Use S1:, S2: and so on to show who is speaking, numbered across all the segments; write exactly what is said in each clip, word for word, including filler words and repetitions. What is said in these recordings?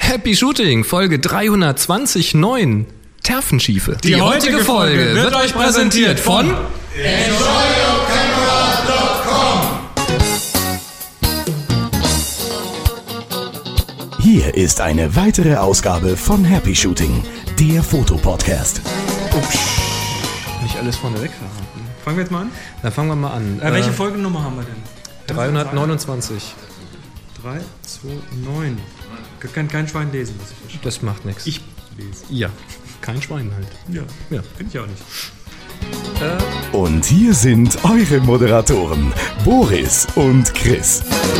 S1: Happy Shooting, Folge dreihundertzwanzig Punkt neun. Terfenschiefe.
S2: Die, Die heutige Folge wird, wird euch präsentiert von
S3: enjoy your camera dot com.
S4: Hier ist eine weitere Ausgabe von Happy Shooting, der Fotopodcast.
S1: Ups, nicht alles vorneweg verraten.
S2: Fangen wir jetzt mal an?
S1: Dann fangen wir mal an.
S2: Äh, welche äh, Folgennummer haben wir denn?
S1: dreihundertneunundzwanzig.
S2: drei, zwei, neun. Kann kein Schwein lesen, was ich verstehe.
S1: Das macht nichts.
S2: Ich lese.
S1: Ja, kein Schwein halt.
S2: Ja,
S1: ja.
S2: Bin ich auch nicht.
S4: Äh. Und hier sind eure Moderatoren, Boris und Chris.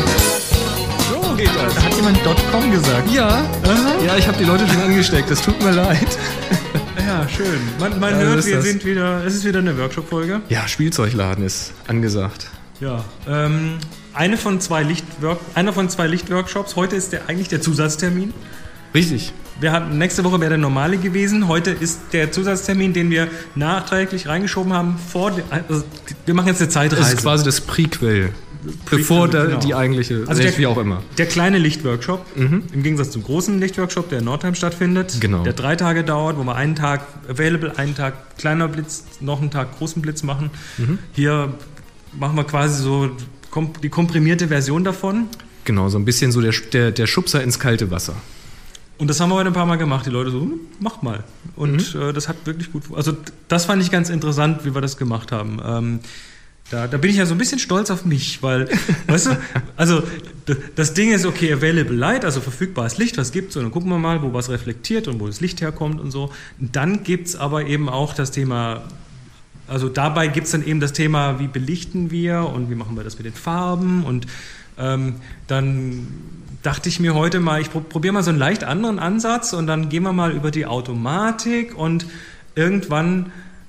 S2: So geht das. Da hat jemand .com gesagt.
S1: Ja, Aha. ja, ich habe die Leute schon angesteckt. Das tut mir leid.
S2: Ja, schön. Man, man ja, hört, wir das. sind wieder. Es ist wieder eine Workshop-Folge.
S1: Ja, Spielzeugladen ist angesagt.
S2: Ja. Ähm, eine von zwei Lichtwork, einer von zwei Lichtworkshops. Heute ist der eigentlich der Zusatztermin.
S1: Richtig.
S2: Wir hatten, nächste Woche wäre der normale gewesen. Heute ist der Zusatztermin, den wir nachträglich reingeschoben haben. Vor de, also wir machen jetzt eine Zeitreise. Das
S1: ist quasi das Prequel. Bevor der, genau. die eigentliche,
S2: also der,
S1: wie auch immer.
S2: Der kleine Lichtworkshop, mhm. im Gegensatz zum großen Lichtworkshop, der in Nordheim stattfindet,
S1: genau.
S2: der drei Tage dauert, wo wir einen Tag available, einen Tag kleiner Blitz, noch einen Tag großen Blitz machen. Mhm. Hier machen wir quasi so die komprimierte Version davon.
S1: Genau, so ein bisschen so der, der, der Schubser ins kalte Wasser.
S2: Und das haben wir heute ein paar Mal gemacht. Die Leute so, mach mal. Und mhm. äh, das hat wirklich gut, also das fand ich ganz interessant, wie wir das gemacht haben. Ähm, Da, da bin ich ja so ein bisschen stolz auf mich, weil, weißt du, also das Ding ist, okay, Available Light, also verfügbares Licht, was gibt's? Und dann gucken wir mal, wo was reflektiert und wo das Licht herkommt und so. Und dann gibt's aber eben auch das Thema, also dabei gibt's dann eben das Thema, wie belichten wir und wie machen wir das mit den Farben. Und ähm, dann dachte ich mir heute mal, ich probiere mal so einen leicht anderen Ansatz und dann gehen wir mal über die Automatik und irgendwann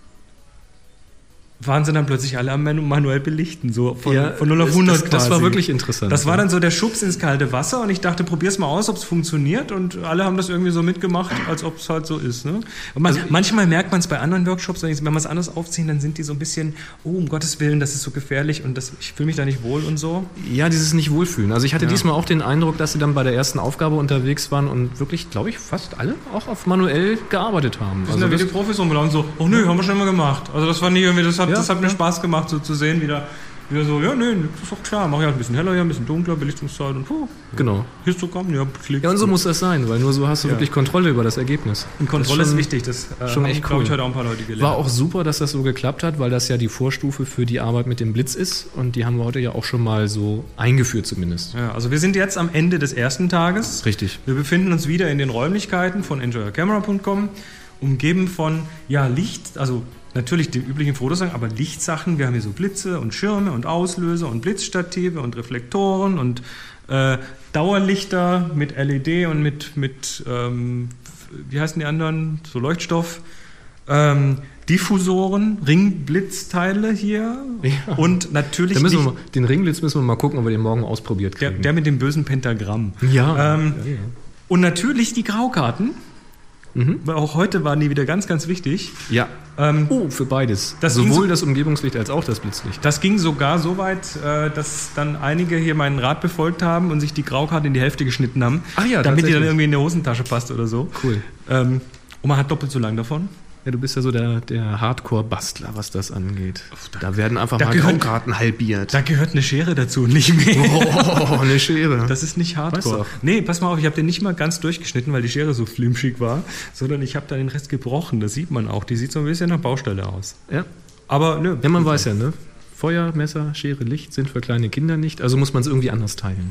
S2: waren sie dann plötzlich alle am manuell belichten, so von,
S1: ja,
S2: von null auf hundert
S1: das,
S2: quasi.
S1: Das war wirklich interessant.
S2: Das war dann so der Schubs ins kalte Wasser und ich dachte, probier's mal aus, ob es funktioniert und alle haben das irgendwie so mitgemacht, als ob es halt so ist. Ne? Und man, also, manchmal merkt man es bei anderen Workshops, wenn wir es anders aufziehen, dann sind die so ein bisschen, oh, um Gottes Willen, das ist so gefährlich und das, ich fühle mich da nicht wohl und so.
S1: Ja, dieses Nicht-Wohlfühlen. Also ich hatte
S2: ja.
S1: diesmal auch den Eindruck, dass sie dann bei der ersten Aufgabe unterwegs waren und wirklich, glaube ich, fast alle auch auf manuell gearbeitet haben.
S2: Das sind also ja wie die Profis rumgelaufen, so, oh nö, haben wir schon mal gemacht. Also das war nicht irgendwie, das hat, ja, das hat mir ja. Spaß gemacht. gemacht, so zu sehen, wieder, wieder so, ja, nee, das ist doch klar, mach ich halt ein bisschen heller, ja, ein bisschen dunkler, Belichtungszeit und puh.
S1: Genau.
S2: Histogramm, ja, klick.
S1: Ja, und so muss das sein, weil nur so hast du ja. wirklich Kontrolle über das Ergebnis.
S2: Und Kontrolle
S1: ist, schon,
S2: ist wichtig, das äh,
S1: schon echt cool.
S2: Ich heute auch ein paar Leute gelernt.
S1: War auch super, dass das so geklappt hat, weil das ja die Vorstufe für die Arbeit mit dem Blitz ist und die haben wir heute ja auch schon mal so eingeführt zumindest.
S2: Ja, also wir sind jetzt am Ende des ersten Tages.
S1: Richtig.
S2: Wir befinden uns wieder in den Räumlichkeiten von enjoy your camera dot com, umgeben von, ja, Licht, also natürlich die üblichen Fotosachen, aber Lichtsachen. Wir haben hier so Blitze und Schirme und Auslöser und Blitzstative und Reflektoren und äh, Dauerlichter mit L E D und mit, mit ähm, wie heißen die anderen? So Leuchtstoff. Ähm, Diffusoren, Ringblitzteile hier
S1: ja.
S2: und natürlich
S1: da müssen wir mal, den Ringblitz müssen wir mal gucken, ob wir den morgen ausprobiert kriegen.
S2: Der, der mit dem bösen Pentagramm.
S1: Ja.
S2: Ähm,
S1: ja, ja.
S2: Und natürlich die Graukarten. Mhm. Weil auch heute waren die wieder ganz, ganz wichtig.
S1: Ja.
S2: Ähm,
S1: oh, für beides.
S2: Das
S1: Sowohl
S2: so,
S1: das Umgebungslicht als auch das Blitzlicht.
S2: Das ging sogar so weit, äh, dass dann einige hier meinen Rat befolgt haben und sich die Graukarte in die Hälfte geschnitten haben.
S1: Ach ja,
S2: damit die dann irgendwie in die Hosentasche passt oder so.
S1: Cool.
S2: Ähm, und man hat doppelt so lang davon.
S1: Ja, du bist ja so der, der Hardcore-Bastler, was das angeht.
S2: Da,
S1: da werden einfach
S2: da
S1: mal
S2: gehört,
S1: Graukarten halbiert.
S2: Da gehört eine Schere dazu, nicht mehr.
S1: Oh, eine Schere.
S2: Das ist nicht Hardcore. Nee, pass mal auf, ich habe den nicht mal ganz durchgeschnitten, weil die Schere so flimschig war, sondern ich habe da den Rest gebrochen. Das sieht man auch. Die sieht so ein bisschen nach Baustelle aus.
S1: Ja.
S2: Aber nö.
S1: Ja, man weiß ja, ne? Feuer, Messer, Schere, Licht sind für kleine Kinder nicht. Also muss man es irgendwie anders teilen.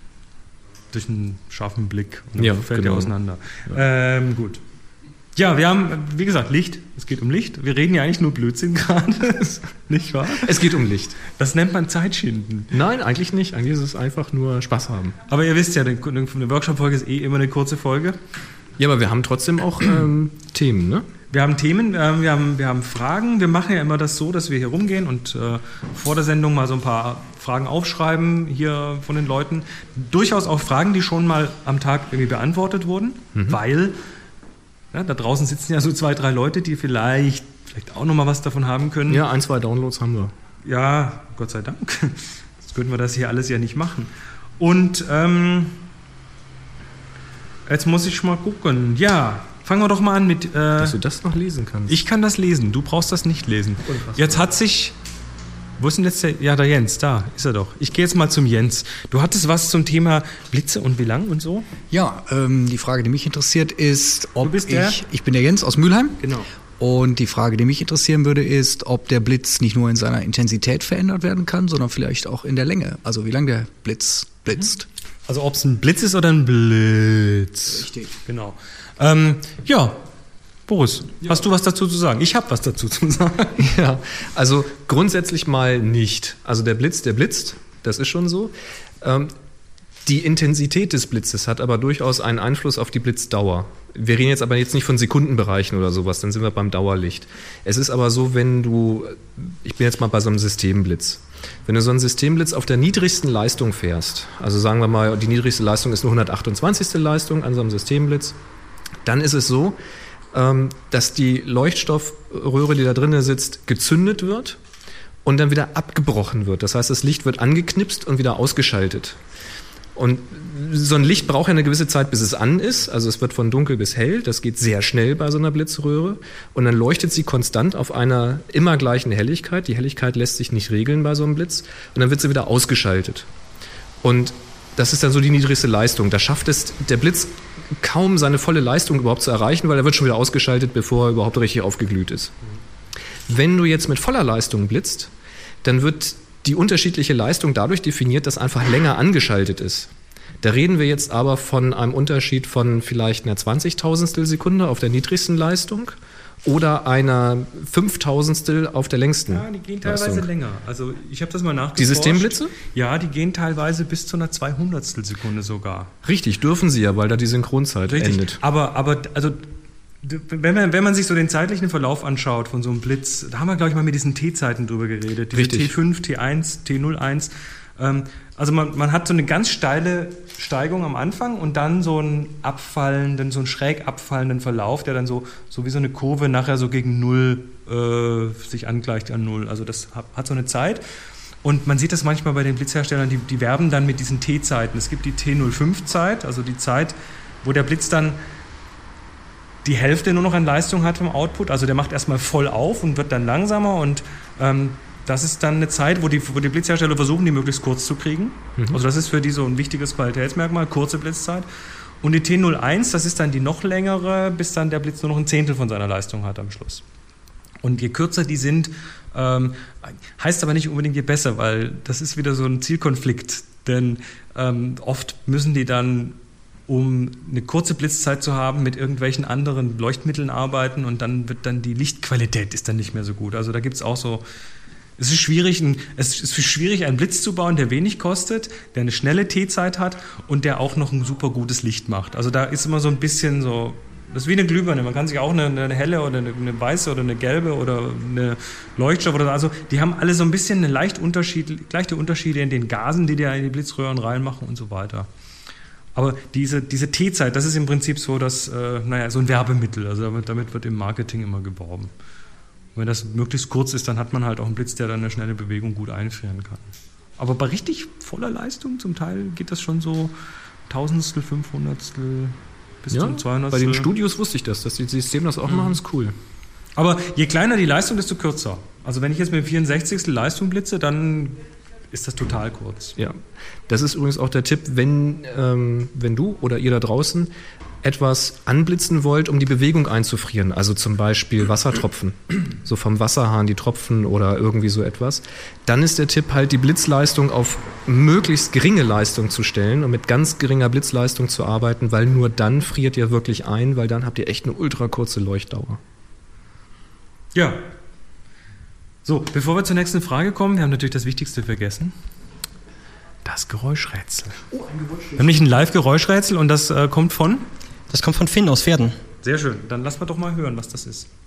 S2: Durch einen scharfen Blick. Und dann
S1: ja,
S2: fällt
S1: genau.
S2: der auseinander. Ja. Ähm, gut. Ja, wir haben, wie gesagt, Licht. Es geht um Licht. Wir reden ja eigentlich nur Blödsinn gerade. Nicht wahr?
S1: Es geht um Licht.
S2: Das nennt man Zeitschinden.
S1: Nein, eigentlich nicht. Eigentlich ist es einfach nur Spaß haben.
S2: Aber ihr wisst ja, eine Workshop-Folge ist eh immer eine kurze Folge.
S1: Ja, aber wir haben trotzdem auch ähm, Themen, ne?
S2: Wir haben Themen, äh, wir, haben, wir haben Fragen. Wir machen ja immer das so, dass wir hier rumgehen und äh, vor der Sendung mal so ein paar Fragen aufschreiben hier von den Leuten. Durchaus auch Fragen, die schon mal am Tag irgendwie beantwortet wurden, mhm. weil ja, da draußen sitzen ja so zwei, drei Leute, die vielleicht, vielleicht auch noch mal was davon haben können.
S1: Ja, ein, zwei Downloads haben wir.
S2: Ja, Gott sei Dank. Sonst könnten wir das hier alles ja nicht machen. Und ähm, Jetzt muss ich mal gucken. Ja, fangen wir doch mal an mit... Äh,
S1: Dass du das noch lesen kannst.
S2: Ich kann das lesen, du brauchst das nicht lesen.
S1: Unfassbar.
S2: Jetzt hat sich... Wo ist denn jetzt der... Ja, der Jens, da ist er doch. Ich gehe jetzt mal zum Jens. Du hattest was zum Thema Blitze und wie lang und so?
S5: Ja, ähm, die Frage, die mich interessiert, ist, ob
S2: Du bist der?
S5: ich... Ich bin der Jens aus Mülheim.
S2: Genau.
S5: Und die Frage, die mich interessieren würde, ist, ob der Blitz nicht nur in seiner Intensität verändert werden kann, sondern vielleicht auch in der Länge. Also wie lang der Blitz blitzt.
S2: Also ob es ein Blitz ist oder ein Blitz.
S5: Richtig.
S2: Genau. Ähm, ja, Boris, ja. Hast du was dazu zu sagen? Ich habe was dazu zu sagen.
S1: Ja, also grundsätzlich mal nicht. Also der Blitz, der blitzt, das ist schon so. Ähm, die Intensität des Blitzes hat aber durchaus einen Einfluss auf die Blitzdauer. Wir reden jetzt aber jetzt nicht von Sekundenbereichen oder sowas, dann sind wir beim Dauerlicht. Es ist aber so, wenn du, ich bin jetzt mal bei so einem Systemblitz, wenn du so einen Systemblitz auf der niedrigsten Leistung fährst, also sagen wir mal, die niedrigste Leistung ist nur hundertachtundzwanzigste Leistung an so einem Systemblitz, dann ist es so, dass die Leuchtstoffröhre, die da drinnen sitzt, gezündet wird und dann wieder abgebrochen wird. Das heißt, das Licht wird angeknipst und wieder ausgeschaltet. Und so ein Licht braucht ja eine gewisse Zeit, bis es an ist. Also es wird von dunkel bis hell. Das geht sehr schnell bei so einer Blitzröhre. Und dann leuchtet sie konstant auf einer immer gleichen Helligkeit. Die Helligkeit lässt sich nicht regeln bei so einem Blitz. Und dann wird sie wieder ausgeschaltet. Und das ist dann so die niedrigste Leistung. Da schafft es der Blitz kaum seine volle Leistung überhaupt zu erreichen, weil er wird schon wieder ausgeschaltet, bevor er überhaupt richtig aufgeglüht ist. Wenn du jetzt mit voller Leistung blitzt, dann wird die unterschiedliche Leistung dadurch definiert, dass einfach länger angeschaltet ist. Da reden wir jetzt aber von einem Unterschied von vielleicht einer zwanzigtausendstel Sekunde auf der niedrigsten Leistung oder einer fünftausendstel auf der längsten
S2: Ja, die gehen teilweise
S1: Leistung.
S2: länger. Also ich habe das mal nachgeforscht.
S1: Die Systemblitze?
S2: Ja, die gehen teilweise bis zu einer zweihundertstel Sekunde sogar.
S1: Richtig, dürfen sie ja, weil da die Synchronzeit
S2: Richtig.
S1: endet.
S2: Aber, aber also, wenn man, wenn man sich so den zeitlichen Verlauf anschaut von so einem Blitz, da haben wir, glaube ich, mal mit diesen T-Zeiten drüber geredet. Diese
S1: Richtig.
S2: T fünf, T eins, T null eins. Ähm, also man, man hat so eine ganz steile Steigung am Anfang und dann so einen abfallenden, so einen schräg abfallenden Verlauf, der dann so, so wie so eine Kurve nachher so gegen Null äh, sich angleicht an Null. Also das hat, hat so eine Zeit. Und man sieht das manchmal bei den Blitzherstellern, die, die werben dann mit diesen T-Zeiten. Es gibt die T null fünf Zeit, also die Zeit, wo der Blitz dann die Hälfte nur noch an Leistung hat vom Output. Also der macht erstmal voll auf und wird dann langsamer und ähm, das ist dann eine Zeit, wo die, wo die Blitzhersteller versuchen, die möglichst kurz zu kriegen. Mhm. Also das ist für die so ein wichtiges Qualitätsmerkmal, kurze Blitzzeit. Und die T null eins, das ist dann die noch längere, bis dann der Blitz nur noch ein Zehntel von seiner Leistung hat am Schluss. Und je kürzer die sind, ähm, heißt aber nicht unbedingt je besser, weil das ist wieder so ein Zielkonflikt. Denn ähm, oft müssen die dann, um eine kurze Blitzzeit zu haben, mit irgendwelchen anderen Leuchtmitteln arbeiten und dann wird dann die Lichtqualität ist dann nicht mehr so gut. Also da gibt es auch so, es ist schwierig, ein, es ist schwierig, einen Blitz zu bauen, der wenig kostet, der eine schnelle T-Zeit hat und der auch noch ein super gutes Licht macht. Also da ist immer so ein bisschen so, das ist wie eine Glühbirne. Man kann sich auch eine, eine helle oder eine, eine weiße oder eine gelbe oder eine Leuchtstoff oder so, also die haben alle so ein bisschen eine leicht Unterschied, leichte Unterschiede in den Gasen, die die in die Blitzröhren reinmachen und so weiter. Aber diese, diese T-Zeit, das ist im Prinzip so, dass, äh, naja, so ein Werbemittel. Also damit, damit wird im Marketing immer geworben. Und wenn das möglichst kurz ist, dann hat man halt auch einen Blitz, der dann eine schnelle Bewegung gut einführen kann. Aber bei richtig voller Leistung zum Teil geht das schon so Tausendstel, Fünfhundertstel bis
S1: Ja,
S2: zum zweihundertstel.
S1: bei den Studios wusste ich das, dass die Systeme das auch
S2: Mhm.
S1: machen, ist cool.
S2: Aber je kleiner die Leistung, desto kürzer. Also wenn ich jetzt mit vierundsechzigstel Leistung blitze, dann ist das total kurz.
S1: Ja, das ist übrigens auch der Tipp, wenn, ähm, wenn du oder ihr da draußen etwas anblitzen wollt, um die Bewegung einzufrieren, also zum Beispiel Wassertropfen, so vom Wasserhahn die Tropfen oder irgendwie so etwas, dann ist der Tipp halt, die Blitzleistung auf möglichst geringe Leistung zu stellen und mit ganz geringer Blitzleistung zu arbeiten, weil nur dann friert ihr wirklich ein, weil dann habt ihr echt eine ultra kurze Leuchtdauer.
S2: Ja. So, bevor wir zur nächsten Frage kommen, wir haben natürlich das Wichtigste vergessen. Das Geräuschrätsel. Oh, ein Geräuschrätsel. Wir haben nicht ein Live-Geräuschrätsel und das äh, kommt von?
S6: Das kommt von Finn aus Pferden.
S2: Sehr schön. Dann lass mal doch mal hören, was das ist.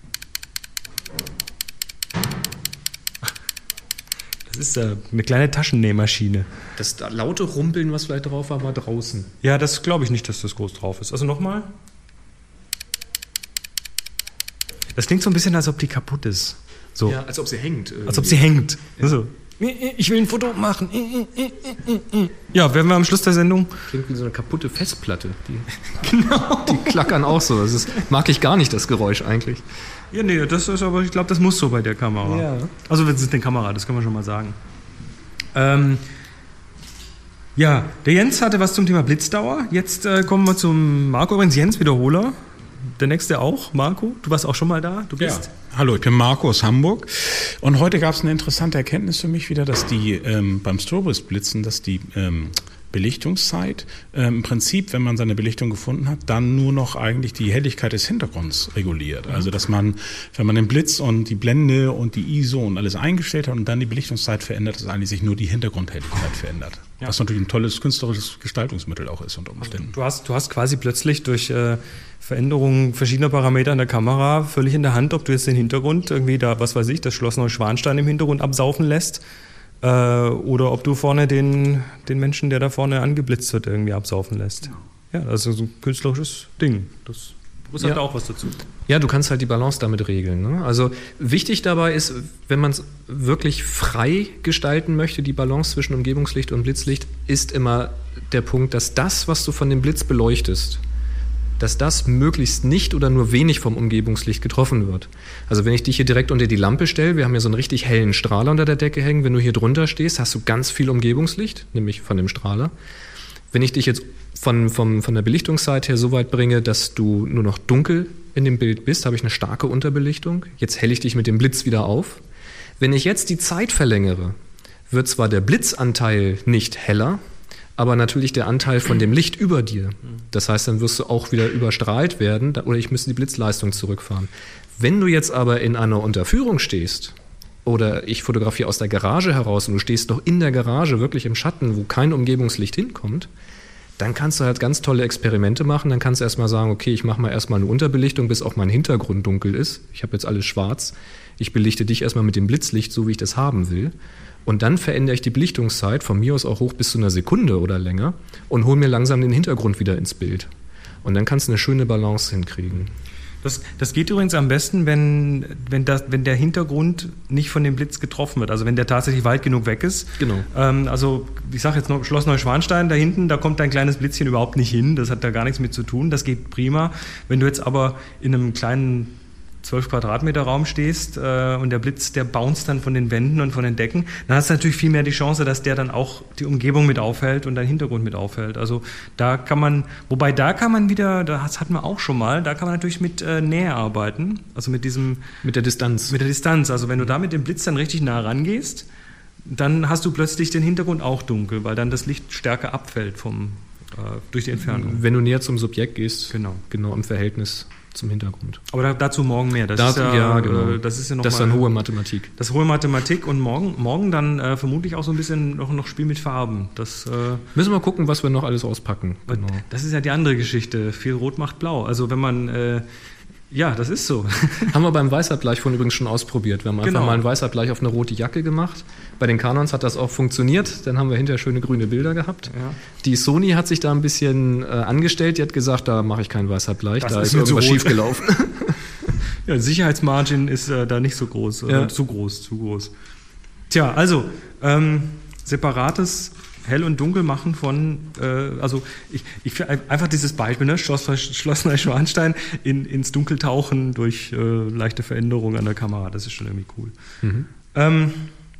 S2: Das ist äh, eine kleine Taschennähmaschine.
S1: Das laute Rumpeln, was vielleicht drauf war, war draußen.
S2: Ja, das glaube ich nicht, dass das groß drauf ist. Also nochmal. Das klingt so ein bisschen, als ob die kaputt ist. So.
S1: Ja, als ob sie hängt. Irgendwie.
S2: Als ob sie hängt.
S1: Ja.
S2: So. Ich will ein Foto machen. Ja, werden wir am Schluss der Sendung.
S1: Klingt wie so eine kaputte Festplatte. Die, genau. Die klackern auch so. Das ist, mag ich gar nicht, das Geräusch eigentlich.
S2: Ja, nee, das ist aber, ich glaube, das muss so bei der Kamera.
S1: Ja.
S2: Also, das ist eine Kamera, das kann man schon mal sagen. Ähm, ja, der Jens hatte was zum Thema Blitzdauer. Jetzt äh, kommen wir zum Marco. Übrigens, Jens, Wiederholer. Der nächste auch, Marco. Du warst auch schon mal da. Du bist.
S7: Ja. Hallo, ich bin Marco aus Hamburg. Und heute gab es eine interessante Erkenntnis für mich wieder, dass die ähm, beim Strobosblitzen, dass die ähm, Belichtungszeit ähm, im Prinzip, wenn man seine Belichtung gefunden hat, dann nur noch eigentlich die Helligkeit des Hintergrunds reguliert. Mhm. Also dass man, wenn man den Blitz und die Blende und die I S O und alles eingestellt hat und dann die Belichtungszeit verändert, dass eigentlich sich nur die Hintergrundhelligkeit verändert. Ja. Was natürlich ein tolles künstlerisches Gestaltungsmittel auch ist unter Umständen.
S2: Also du hast, du hast quasi plötzlich durch äh, Veränderungen verschiedener Parameter an der Kamera völlig in der Hand, ob du jetzt den Hintergrund irgendwie da, was weiß ich, das Schloss Neuschwanstein im Hintergrund absaufen lässt äh, oder ob du vorne den, den Menschen, der da vorne angeblitzt wird, irgendwie absaufen lässt. Ja, das ist so ein künstlerisches Ding. Das Boris hat da auch was dazu.
S1: Ja, du kannst halt die Balance damit regeln. Ne? Also wichtig dabei ist, wenn man es wirklich frei gestalten möchte, die Balance zwischen Umgebungslicht und Blitzlicht, ist immer der Punkt, dass das, was du von dem Blitz beleuchtest, dass das möglichst nicht oder nur wenig vom Umgebungslicht getroffen wird. Also wenn ich dich hier direkt unter die Lampe stelle, wir haben ja so einen richtig hellen Strahler unter der Decke hängen, wenn du hier drunter stehst, hast du ganz viel Umgebungslicht, nämlich von dem Strahler. Wenn ich dich jetzt von, von, von der Belichtungszeit her so weit bringe, dass du nur noch dunkel in dem Bild bist, habe ich eine starke Unterbelichtung. Jetzt helle ich dich mit dem Blitz wieder auf. Wenn ich jetzt die Zeit verlängere, wird zwar der Blitzanteil nicht heller, aber natürlich der Anteil von dem Licht über dir. Das heißt, dann wirst du auch wieder überstrahlt werden oder ich müsste die Blitzleistung zurückfahren. Wenn du jetzt aber in einer Unterführung stehst oder ich fotografiere aus der Garage heraus und du stehst noch in der Garage wirklich im Schatten, wo kein Umgebungslicht hinkommt, dann kannst du halt ganz tolle Experimente machen. Dann kannst du erstmal sagen, okay, ich mache mal erstmal eine Unterbelichtung, bis auch mein Hintergrund dunkel ist. Ich habe jetzt alles schwarz. Ich belichte dich erstmal mit dem Blitzlicht, so wie ich das haben will. Und dann verändere ich die Belichtungszeit, von mir aus auch hoch bis zu einer Sekunde oder länger und hole mir langsam den Hintergrund wieder ins Bild. Und dann kannst du eine schöne Balance hinkriegen.
S2: Das, das geht übrigens am besten, wenn, wenn, das, wenn der Hintergrund nicht von dem Blitz getroffen wird. Also wenn der tatsächlich weit genug weg ist.
S1: Genau.
S2: Ähm, also ich sage jetzt noch Schloss Neuschwanstein da hinten, da kommt dein kleines Blitzchen überhaupt nicht hin. Das hat da gar nichts mit zu tun. Das geht prima. Wenn du jetzt aber in einem kleinen zwölf Quadratmeter Raum stehst äh, und der Blitz, der bounced dann von den Wänden und von den Decken, dann hast du natürlich viel mehr die Chance, dass der dann auch die Umgebung mit aufhält und deinen Hintergrund mit aufhält. Also da kann man, wobei da kann man wieder, das hatten wir auch schon mal, da kann man natürlich mit äh, Nähe arbeiten, also mit diesem...
S1: Mit der Distanz.
S2: Mit der Distanz, also wenn du da mit dem Blitz dann richtig nah rangehst, dann hast du plötzlich den Hintergrund auch dunkel, weil dann das Licht stärker abfällt vom, äh, durch die Entfernung.
S1: Wenn du näher zum Subjekt gehst,
S2: genau,
S1: genau im Verhältnis zum Hintergrund.
S2: Aber da, dazu morgen mehr. Das
S1: da,
S2: ist ja,
S1: ja, genau.
S2: das ist ja noch
S1: das ist
S2: mal,
S1: dann hohe Mathematik.
S2: Das ist hohe Mathematik und morgen, morgen dann äh, vermutlich auch so ein bisschen noch, noch Spiel mit Farben. Das, äh,
S1: müssen wir gucken, was wir noch alles auspacken.
S2: Genau. Das ist ja die andere Geschichte. Viel Rot macht Blau. Also wenn man... Äh, ja, das ist so.
S1: Haben wir beim Weißabgleich vorhin übrigens schon ausprobiert. Wir haben einfach
S2: genau.
S1: mal einen Weißabgleich auf eine rote Jacke gemacht. Bei den Canons hat das auch funktioniert. Dann haben wir hinterher schöne grüne Bilder gehabt. Ja. Die Sony hat sich da ein bisschen äh, angestellt. Die hat gesagt, da mache ich keinen Weißabgleich. Das da ist, ist irgendwas schiefgelaufen.
S2: Ja, Sicherheitsmargin ist äh, da nicht so groß. Ja. Äh, zu groß, zu groß. Tja, also ähm, separates Hell- und Dunkelmachen von, äh, also ich, ich einfach dieses Beispiel, ne? Schloss, Schloss Neuschwanstein in, ins Dunkel tauchen durch äh, leichte Veränderungen an der Kamera, das ist schon irgendwie cool. Mhm. Ähm,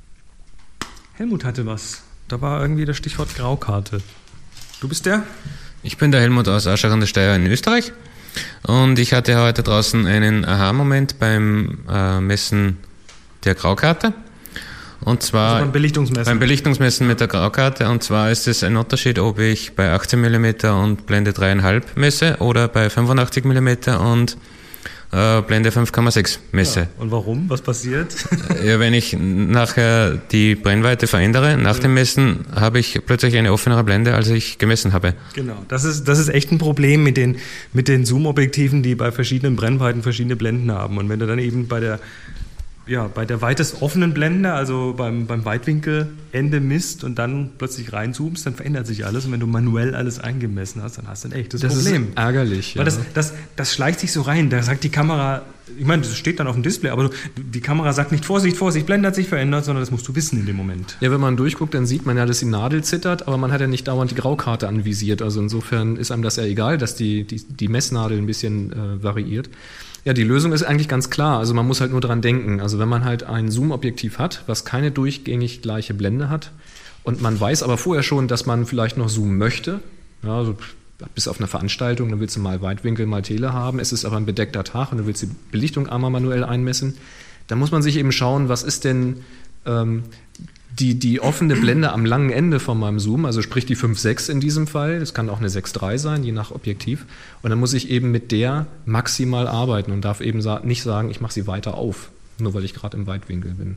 S2: Helmut hatte was, da war irgendwie das Stichwort Graukarte. Du bist der?
S8: Ich bin der Helmut aus Aschach an der Steyr in Österreich und ich hatte heute draußen einen Aha-Moment beim äh, Messen der Graukarte. Und zwar
S2: also beim Belichtungsmessen.
S8: Beim Belichtungsmessen mit der Graukarte. Und zwar ist es ein Unterschied, ob ich bei achtzehn Millimeter und Blende drei Komma fünf messe oder bei fünfundachtzig Millimeter und äh, Blende fünf Komma sechs messe.
S2: Ja. Und warum? Was passiert?
S8: Ja, wenn ich nachher die Brennweite verändere, nach ja. dem Messen, habe ich plötzlich eine offenere Blende, als ich gemessen habe.
S2: Genau. Das ist, das ist echt ein Problem mit den, mit den Zoom-Objektiven, die bei verschiedenen Brennweiten verschiedene Blenden haben. Und wenn du dann eben bei der Ja, bei der weitest offenen Blende, also beim, beim Weitwinkelende misst und dann plötzlich reinzoomst, dann verändert sich alles. Und wenn du manuell alles eingemessen hast, dann hast du ein echtes
S1: das
S2: Problem.
S1: Das ist ärgerlich.
S2: Weil
S1: ja.
S2: das, das, das schleicht sich so rein. Da sagt die Kamera, ich meine, das steht dann auf dem Display, aber die Kamera sagt nicht Vorsicht, Vorsicht, Blende hat sich verändert, sondern das musst du wissen in dem Moment.
S1: Ja, wenn man durchguckt, dann sieht man ja, dass die Nadel zittert, aber man hat ja nicht dauernd die Graukarte anvisiert. Also insofern ist einem das ja egal, dass die, die, die Messnadel ein bisschen äh, variiert. Ja, die Lösung ist eigentlich ganz klar. Also man muss halt nur dran denken. Also wenn man halt ein Zoom-Objektiv hat, was keine durchgängig gleiche Blende hat und man weiß aber vorher schon, dass man vielleicht noch zoomen möchte, ja, also bis auf eine Veranstaltung, dann willst du mal Weitwinkel, mal Tele haben, es ist aber ein bedeckter Tag und du willst die Belichtung einmal manuell einmessen, dann muss man sich eben schauen, was ist denn ähm, die, die offene Blende am langen Ende von meinem Zoom, also sprich die fünf Komma sechs in diesem Fall, das kann auch eine sechs Komma drei sein, je nach Objektiv, und dann muss ich eben mit der maximal arbeiten und darf eben sa- nicht sagen, ich mache sie weiter auf, nur weil ich gerade im Weitwinkel bin.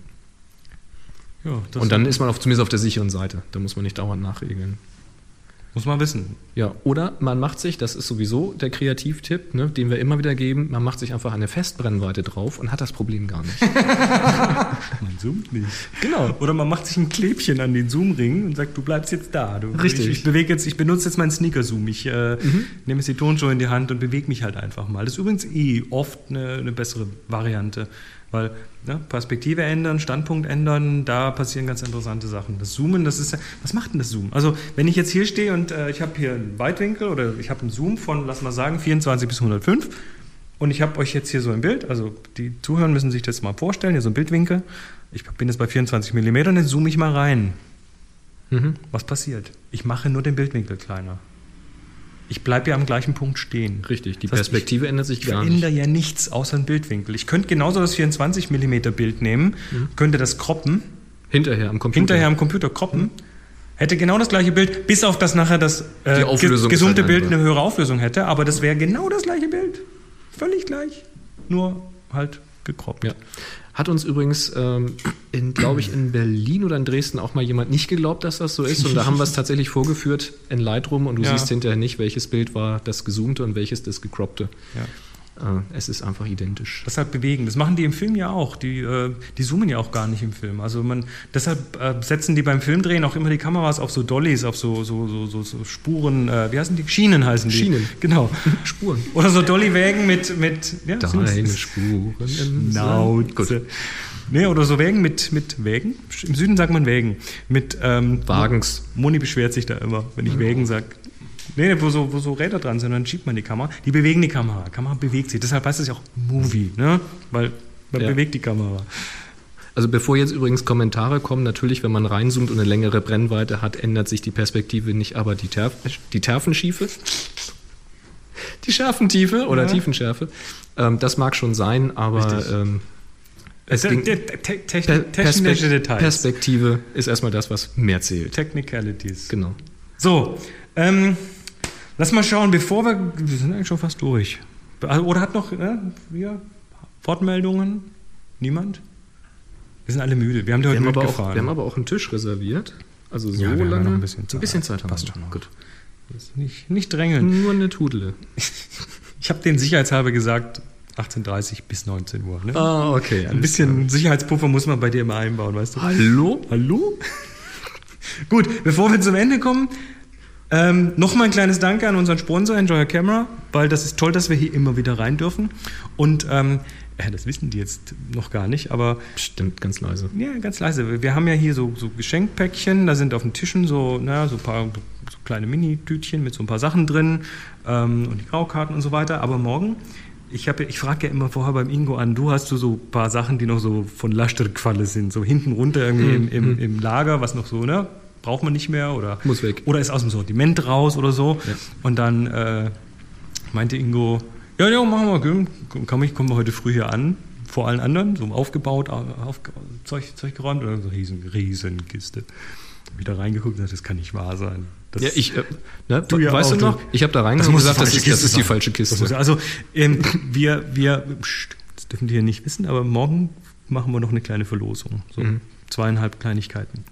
S2: Ja, das
S1: und dann ist man auf, zumindest auf der sicheren Seite, da muss man nicht dauernd nachregeln.
S2: Muss man wissen.
S1: Ja, oder man macht sich, das ist sowieso der Kreativtipp, ne, den wir immer wieder geben, man macht sich einfach eine Festbrennweite drauf und hat das Problem gar nicht.
S2: Man zoomt nicht. Genau. Oder man macht sich ein Klebchen an den Zoomring und sagt, du bleibst jetzt da. Du,
S1: Richtig.
S2: Ich, ich bewege jetzt, ich benutze jetzt meinen Sneaker-Zoom. Ich äh, mhm. nehme jetzt die Tonschuhe in die Hand und bewege mich halt einfach mal. Das ist übrigens eh oft eine, eine bessere Variante. Weil ne, Perspektive ändern, Standpunkt ändern, da passieren ganz interessante Sachen. Das Zoomen, das ist, was macht denn das Zoom? Also wenn ich jetzt hier stehe und äh, ich habe hier einen Weitwinkel oder ich habe einen Zoom von, lass mal sagen, vierundzwanzig bis hundertfünf und ich habe euch jetzt hier so ein Bild, also die Zuhörer müssen sich das mal vorstellen, hier so ein Bildwinkel. Ich bin jetzt bei vierundzwanzig Millimeter und dann zoome ich mal rein. Mhm. Was passiert? Ich mache nur den Bildwinkel kleiner. Ich bleibe ja am gleichen Punkt stehen.
S1: Richtig, die
S2: das heißt,
S1: Perspektive ändert sich gar nicht.
S2: Ich verändere ja nichts außer einen Bildwinkel. Ich könnte genauso das vierundzwanzig Millimeter Bild nehmen, mhm. könnte das croppen.
S1: Hinterher am Computer.
S2: Hinterher am Computer croppen. Mhm. Hätte genau das gleiche Bild, bis auf das nachher das äh,
S1: ge-
S2: gesummte
S1: halt
S2: Bild eine höhere Auflösung hätte. Aber das wäre genau das gleiche Bild. Völlig gleich. Nur halt gekroppt.
S1: Ja. Hat uns übrigens, ähm, in, glaube ich, in Berlin oder in Dresden auch mal jemand nicht geglaubt, dass das so ist. Und da haben wir es tatsächlich vorgeführt in Lightroom und du ja. siehst hinterher nicht, welches Bild war das gezoomte und welches das gecroppte. Ja. Äh, es ist einfach identisch.
S2: Das halt bewegen. Das machen die im Film ja auch. Die, äh, die zoomen ja auch gar nicht im Film. Also man, deshalb äh, setzen die beim Filmdrehen auch immer die Kameras auf so Dollies, auf so, so, so, so, so Spuren, äh, wie heißen die? Schienen heißen die.
S1: Schienen.
S2: Genau.
S1: Spuren.
S2: Oder so Dolly-Wägen mit, mit ja,
S1: Deine Spuren im
S2: Schnauze. Nee, oder so Wägen mit, mit Wägen. Im Süden sagt man Wägen. Mit ähm,
S1: Wagens.
S2: Moni beschwert sich da immer, wenn ich Wägen sage. Nee, wo so, wo so Räder dran sind, dann schiebt man die Kamera. Die bewegen die Kamera. Die Kamera bewegt sich. Deshalb heißt es ja auch Movie, ne? Weil man ja. bewegt die Kamera.
S1: Also bevor jetzt übrigens Kommentare kommen, natürlich, wenn man reinzoomt und eine längere Brennweite hat, ändert sich die Perspektive nicht, aber die, Terf- die Terfenschiefe, die Schärfentiefe oder ja. Tiefenschärfe, ähm, das mag schon sein, aber ähm, es
S2: te-
S1: ging,
S2: te- te- te- technische Details.
S1: Perspektive ist erstmal das, was mehr zählt.
S2: Technicalities.
S1: Genau.
S2: So, ähm, lass mal schauen, bevor wir, wir sind eigentlich schon fast durch. Oder hat noch, äh, wir, Wortmeldungen? Niemand? Wir sind alle müde, wir haben die heute mitgefahren.
S1: Auch, wir haben aber auch einen Tisch reserviert, also so
S2: ja, wir
S1: lange.
S2: haben noch ein bisschen Zeit,
S1: ein bisschen Zeit haben
S2: passt
S1: wir
S2: schon noch.
S1: Gut.
S2: Nicht, nicht drängeln.
S1: Nur eine Tudele.
S2: Ich habe den sicherheitshalber gesagt, achtzehn Uhr dreißig bis neunzehn Uhr. Ne?
S1: Ah, okay.
S2: Ein bisschen klar. Sicherheitspuffer muss man bei dir immer einbauen, weißt du?
S1: Hallo?
S2: Hallo? Gut, bevor wir zum Ende kommen, ähm, nochmal ein kleines Danke an unseren Sponsor Enjoy Your Camera, weil das ist toll, dass wir hier immer wieder rein dürfen. Und ähm, ja, das wissen die jetzt noch gar nicht, aber...
S1: Stimmt, ganz leise.
S2: Ja, ganz leise. Wir haben ja hier so, so Geschenkpäckchen, da sind auf den Tischen so, na, so ein paar so kleine Mini-Tütchen mit so ein paar Sachen drin ähm, und die Graukarten und so weiter. Aber morgen, ich, hab, ich frage ja immer vorher beim Ingo an, du hast du so ein paar Sachen, die noch so von Lasterqualle sind, so hinten runter irgendwie
S1: hm,
S2: im, im,
S1: hm.
S2: im Lager, was noch so, ne? Braucht man nicht mehr oder
S1: muss weg.
S2: Oder ist aus dem Sortiment raus oder so. Ja. Und dann äh, meinte Ingo, ja, ja, machen wir, komm, ich komme heute früh hier an, vor allen anderen, so aufgebaut, auf, Zeug, Zeug geräumt und so eine riesen, riesen Kiste. Wieder reingeguckt und gesagt, das kann nicht wahr sein. Das
S1: ja, ich, äh, ne,
S2: du ja
S1: weißt
S2: auch,
S1: du noch? Ich habe da reingeguckt und gesagt, das ist, das ist die falsche Kiste.
S2: Muss, also ähm, wir, wir, das dürfen die hier nicht wissen, aber morgen machen wir noch eine kleine Verlosung. So mhm. zweieinhalb Kleinigkeiten.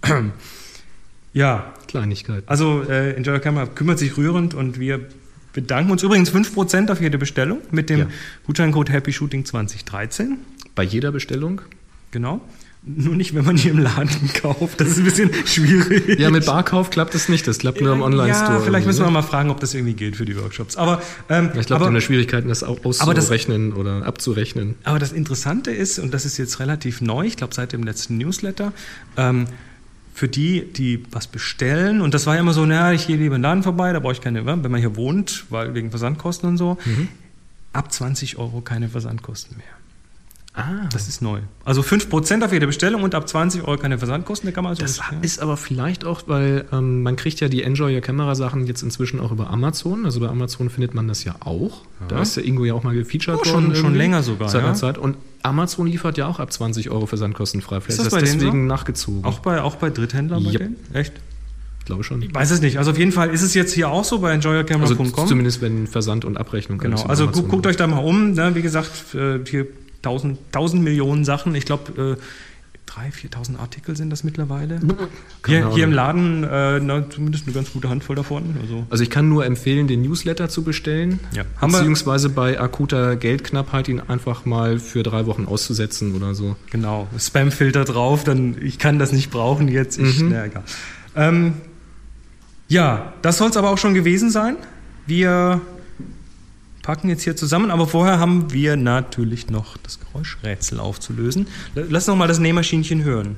S2: Ja.
S1: Kleinigkeiten.
S2: Also äh, Enjoy Your Camera kümmert sich rührend und wir bedanken uns übrigens fünf Prozent auf jede Bestellung mit dem ja. Gutscheincode Happy Shooting zwanzig dreizehn.
S1: Bei jeder Bestellung?
S2: Genau. Nur nicht, wenn man die im Laden kauft. Das ist ein bisschen schwierig.
S1: Ja, mit Barkauf klappt es nicht. Das klappt nur im Online-Store.
S2: Ja, vielleicht müssen wir
S1: ne?
S2: mal fragen, ob das irgendwie gilt für die Workshops. Aber ähm,
S1: ich glaube, die haben eine Schwierigkeiten, das auszurechnen oder abzurechnen.
S2: Aber das Interessante ist, und das ist jetzt relativ neu, ich glaube seit dem letzten Newsletter, ähm, für die, die was bestellen, und das war ja immer so, naja, ich gehe lieber in den Laden vorbei, da brauche ich keine, wenn man hier wohnt, weil wegen Versandkosten und so, mhm. ab zwanzig Euro keine Versandkosten mehr. Ah. Das ist neu. Also fünf Prozent auf jede Bestellung und ab zwanzig Euro keine Versandkosten. Da kann man also
S1: das bestellen. Ist aber vielleicht auch, weil ähm, man kriegt ja die Enjoy Your Camera Sachen jetzt inzwischen auch über Amazon. Also bei Amazon findet man das ja auch. Ja. Da ist der Ingo ja auch mal gefeatured
S2: oh, worden. Schon, schon länger sogar.
S1: Seit einer
S2: ja.
S1: Zeit. Und Amazon liefert ja auch ab zwanzig Euro versandkostenfrei. Vielleicht
S2: ist das,
S1: ist das
S2: bei
S1: deswegen
S2: denen so?
S1: nachgezogen.
S2: Auch bei, auch bei Dritthändlern bei
S1: yep.
S2: denen? Echt?
S1: Ich glaube schon.
S2: Ich weiß es nicht. Also auf jeden Fall ist es jetzt hier auch so bei enjoy your camera punkt com.
S1: Also zumindest wenn Versand und Abrechnung.
S2: Genau. Also gu- guckt euch da mal um. Ne? Wie gesagt, hier tausend, tausend Millionen Sachen. Ich glaube, äh, dreitausend, viertausend Artikel sind das mittlerweile. Hier, hier im Laden äh, na, zumindest eine ganz gute Handvoll davon. Also,
S1: also ich kann nur empfehlen, den Newsletter zu bestellen.
S2: Ja.
S1: Beziehungsweise bei akuter Geldknappheit ihn einfach mal für drei Wochen auszusetzen oder so.
S2: Genau. Spamfilter drauf, dann ich kann das nicht brauchen jetzt. Ich, mhm. na, egal. Ähm, ja, das soll es aber auch schon gewesen sein. Wir packen jetzt hier zusammen, aber vorher haben wir natürlich noch das Geräuschrätsel aufzulösen. Lass noch mal das Nähmaschinchen hören.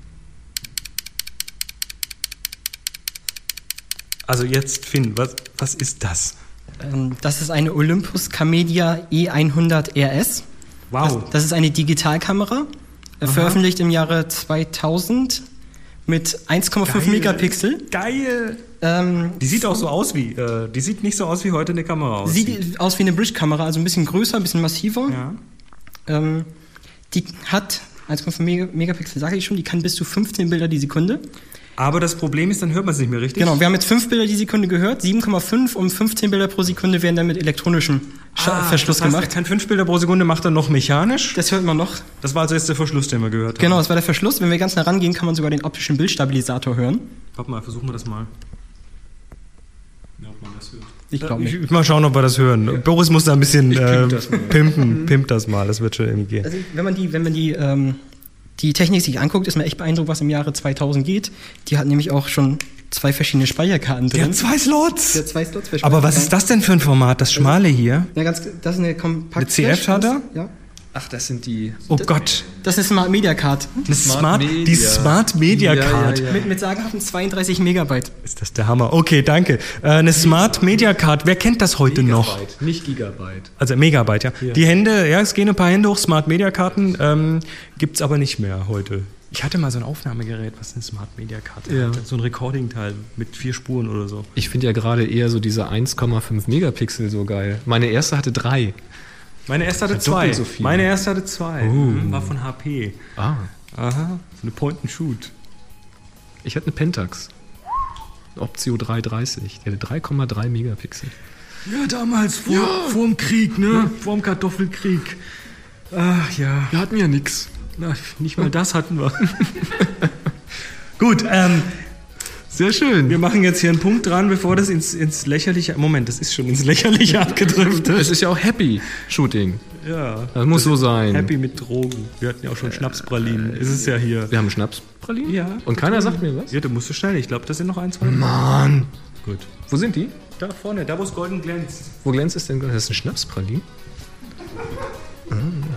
S2: Also jetzt, Finn, was, was ist das?
S6: Ähm, das ist eine Olympus Camedia E hundert R S.
S2: Wow.
S6: Das, das ist eine Digitalkamera, äh, veröffentlicht im Jahre zweitausend mit eins Komma fünf Megapixel.
S2: Geil!
S6: Ähm,
S2: die sieht auch so aus wie, äh, die sieht nicht so aus wie heute eine Kamera aussieht.
S6: Sieht aus wie eine Bridge-Kamera, also ein bisschen größer, ein bisschen massiver.
S2: Ja.
S6: Ähm, die hat eins Komma fünf Megapixel, sage ich schon, die kann bis zu fünfzehn Bilder die Sekunde.
S2: Aber das Problem ist, dann hört man es nicht mehr richtig.
S6: Genau, wir haben jetzt fünf Bilder die Sekunde gehört, sieben Komma fünf und fünfzehn Bilder pro Sekunde werden dann mit elektronischem ah, Verschluss
S2: das heißt,
S6: gemacht.
S2: Er kann fünf Bilder pro Sekunde, macht er noch mechanisch.
S6: Das hört man noch.
S2: Das war also jetzt der Verschluss, den wir gehört haben.
S6: Genau, das war der Verschluss. Wenn wir ganz nah rangehen, kann man sogar den optischen Bildstabilisator hören.
S2: Warte mal, versuchen wir das mal. Ja, ob man das hört.
S6: Ich glaube nicht.
S2: Ich, mal schauen, ob wir das hören. Ja. Boris muss da ein bisschen äh, das pimpen. Pimpt das mal, das wird schon irgendwie gehen.
S6: Also, wenn man die, wenn man die, ähm, die Technik sich anguckt, ist man echt beeindruckt, was im Jahre zweitausend geht. Die hat nämlich auch schon zwei verschiedene Speicherkarten drin.
S2: Der hat zwei Slots.
S6: Der hat zwei Slots. Zwei
S2: Aber was ist das denn für ein Format, das schmale hier?
S6: Ja, ganz, das ist eine kompakte.
S2: Eine C F hat er?
S6: Ja.
S1: Ach, das sind die...
S2: Oh das, Gott.
S6: Das ist eine Smart Media Card.
S2: Eine Smart, Smart Media. Die Smart Media Card.
S6: Ja, ja, ja. Mit, mit sagenhaften zweiunddreißig Megabyte.
S2: Ist das der Hammer. Okay, danke. Äh, eine Smart Media Card. Wer kennt das heute
S1: Megabyte,
S2: noch?
S1: Nicht Gigabyte.
S2: Also Megabyte, ja. ja. Die Hände, ja, es gehen ein paar Hände hoch. Smart Media Karten ähm, gibt es aber nicht mehr heute. Ich hatte mal so ein Aufnahmegerät, was eine Smart Media Karte
S1: ja.
S2: hatte. So ein Recording-Teil mit vier Spuren oder so.
S1: Ich finde ja gerade eher so diese eins Komma fünf Megapixel so geil. Meine erste hatte drei.
S2: Meine erste hatte zwei. So viel. Meine erste hatte zwei. Uh. War von H P.
S1: Ah.
S2: Aha. So eine Point-and-Shoot.
S1: Ich hatte eine Pentax. Optio dreihundertdreißig. Die hatte drei Komma drei Megapixel.
S2: Ja, damals vor, ja. vor dem Krieg, ne? Ja. Vor dem Kartoffelkrieg. Ach ja.
S1: Wir hatten ja nix.
S2: Na, nicht mal das hatten wir. Gut, ähm.
S1: Sehr schön.
S2: Wir machen jetzt hier einen Punkt dran, bevor das ins, ins Lächerliche... Moment, das ist schon ins Lächerliche abgedriftet.
S1: Es ist ja auch Happy Shooting.
S2: Ja.
S1: Das muss das so sein.
S2: Happy mit Drogen. Wir hatten ja auch schon Schnapspralinen. Ist es ja hier.
S1: Wir haben Schnapspralinen?
S2: Ja.
S1: Und keiner sagt mir was?
S2: Ja, du musst so schnell. Ich glaube, das sind noch ein, zwei.
S1: Mann.
S2: Gut.
S1: Wo sind die?
S2: Da vorne, da wo es golden glänzt.
S1: Wo glänzt es denn? Das ist ein Schnapspralin? Ah.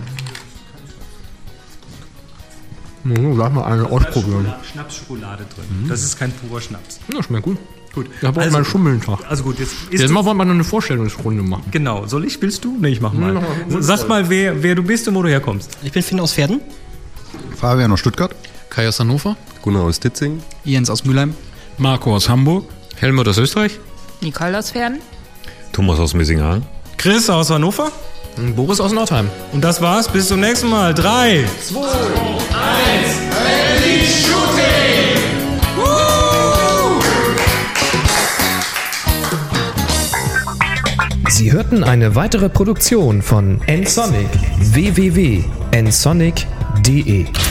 S1: Oh, lass mal eine ausprobieren.
S2: Schnapsschokolade drin. Mhm. Das ist kein purer Schnaps.
S1: Ja, schmeckt gut.
S2: Gut.
S1: Da braucht also, man einen Schummelntag.
S2: Also gut, jetzt ist
S1: jetzt mal wollen wir noch eine Vorstellungsrunde machen.
S2: Genau. Soll ich? Willst du? Nee, ich mach mal. Ja, sag mal, wer, wer du bist und wo du herkommst.
S6: Ich bin Finn aus Verden.
S9: Fabian aus Stuttgart.
S10: Kai aus Hannover.
S11: Gunnar aus Ditzing.
S5: Jens aus Mülheim.
S7: Marco aus Hamburg.
S8: Helmut aus Österreich.
S12: Nicole aus Verden.
S11: Thomas aus Messinghagen.
S2: Chris aus Hannover.
S1: Und Boris aus Nordheim.
S2: Und das war's. Bis zum nächsten Mal. Drei,
S3: zwei, eins, Ready Shooting! Woo!
S13: Sie hörten eine weitere Produktion von nsonic. w w w punkt nsonic punkt d e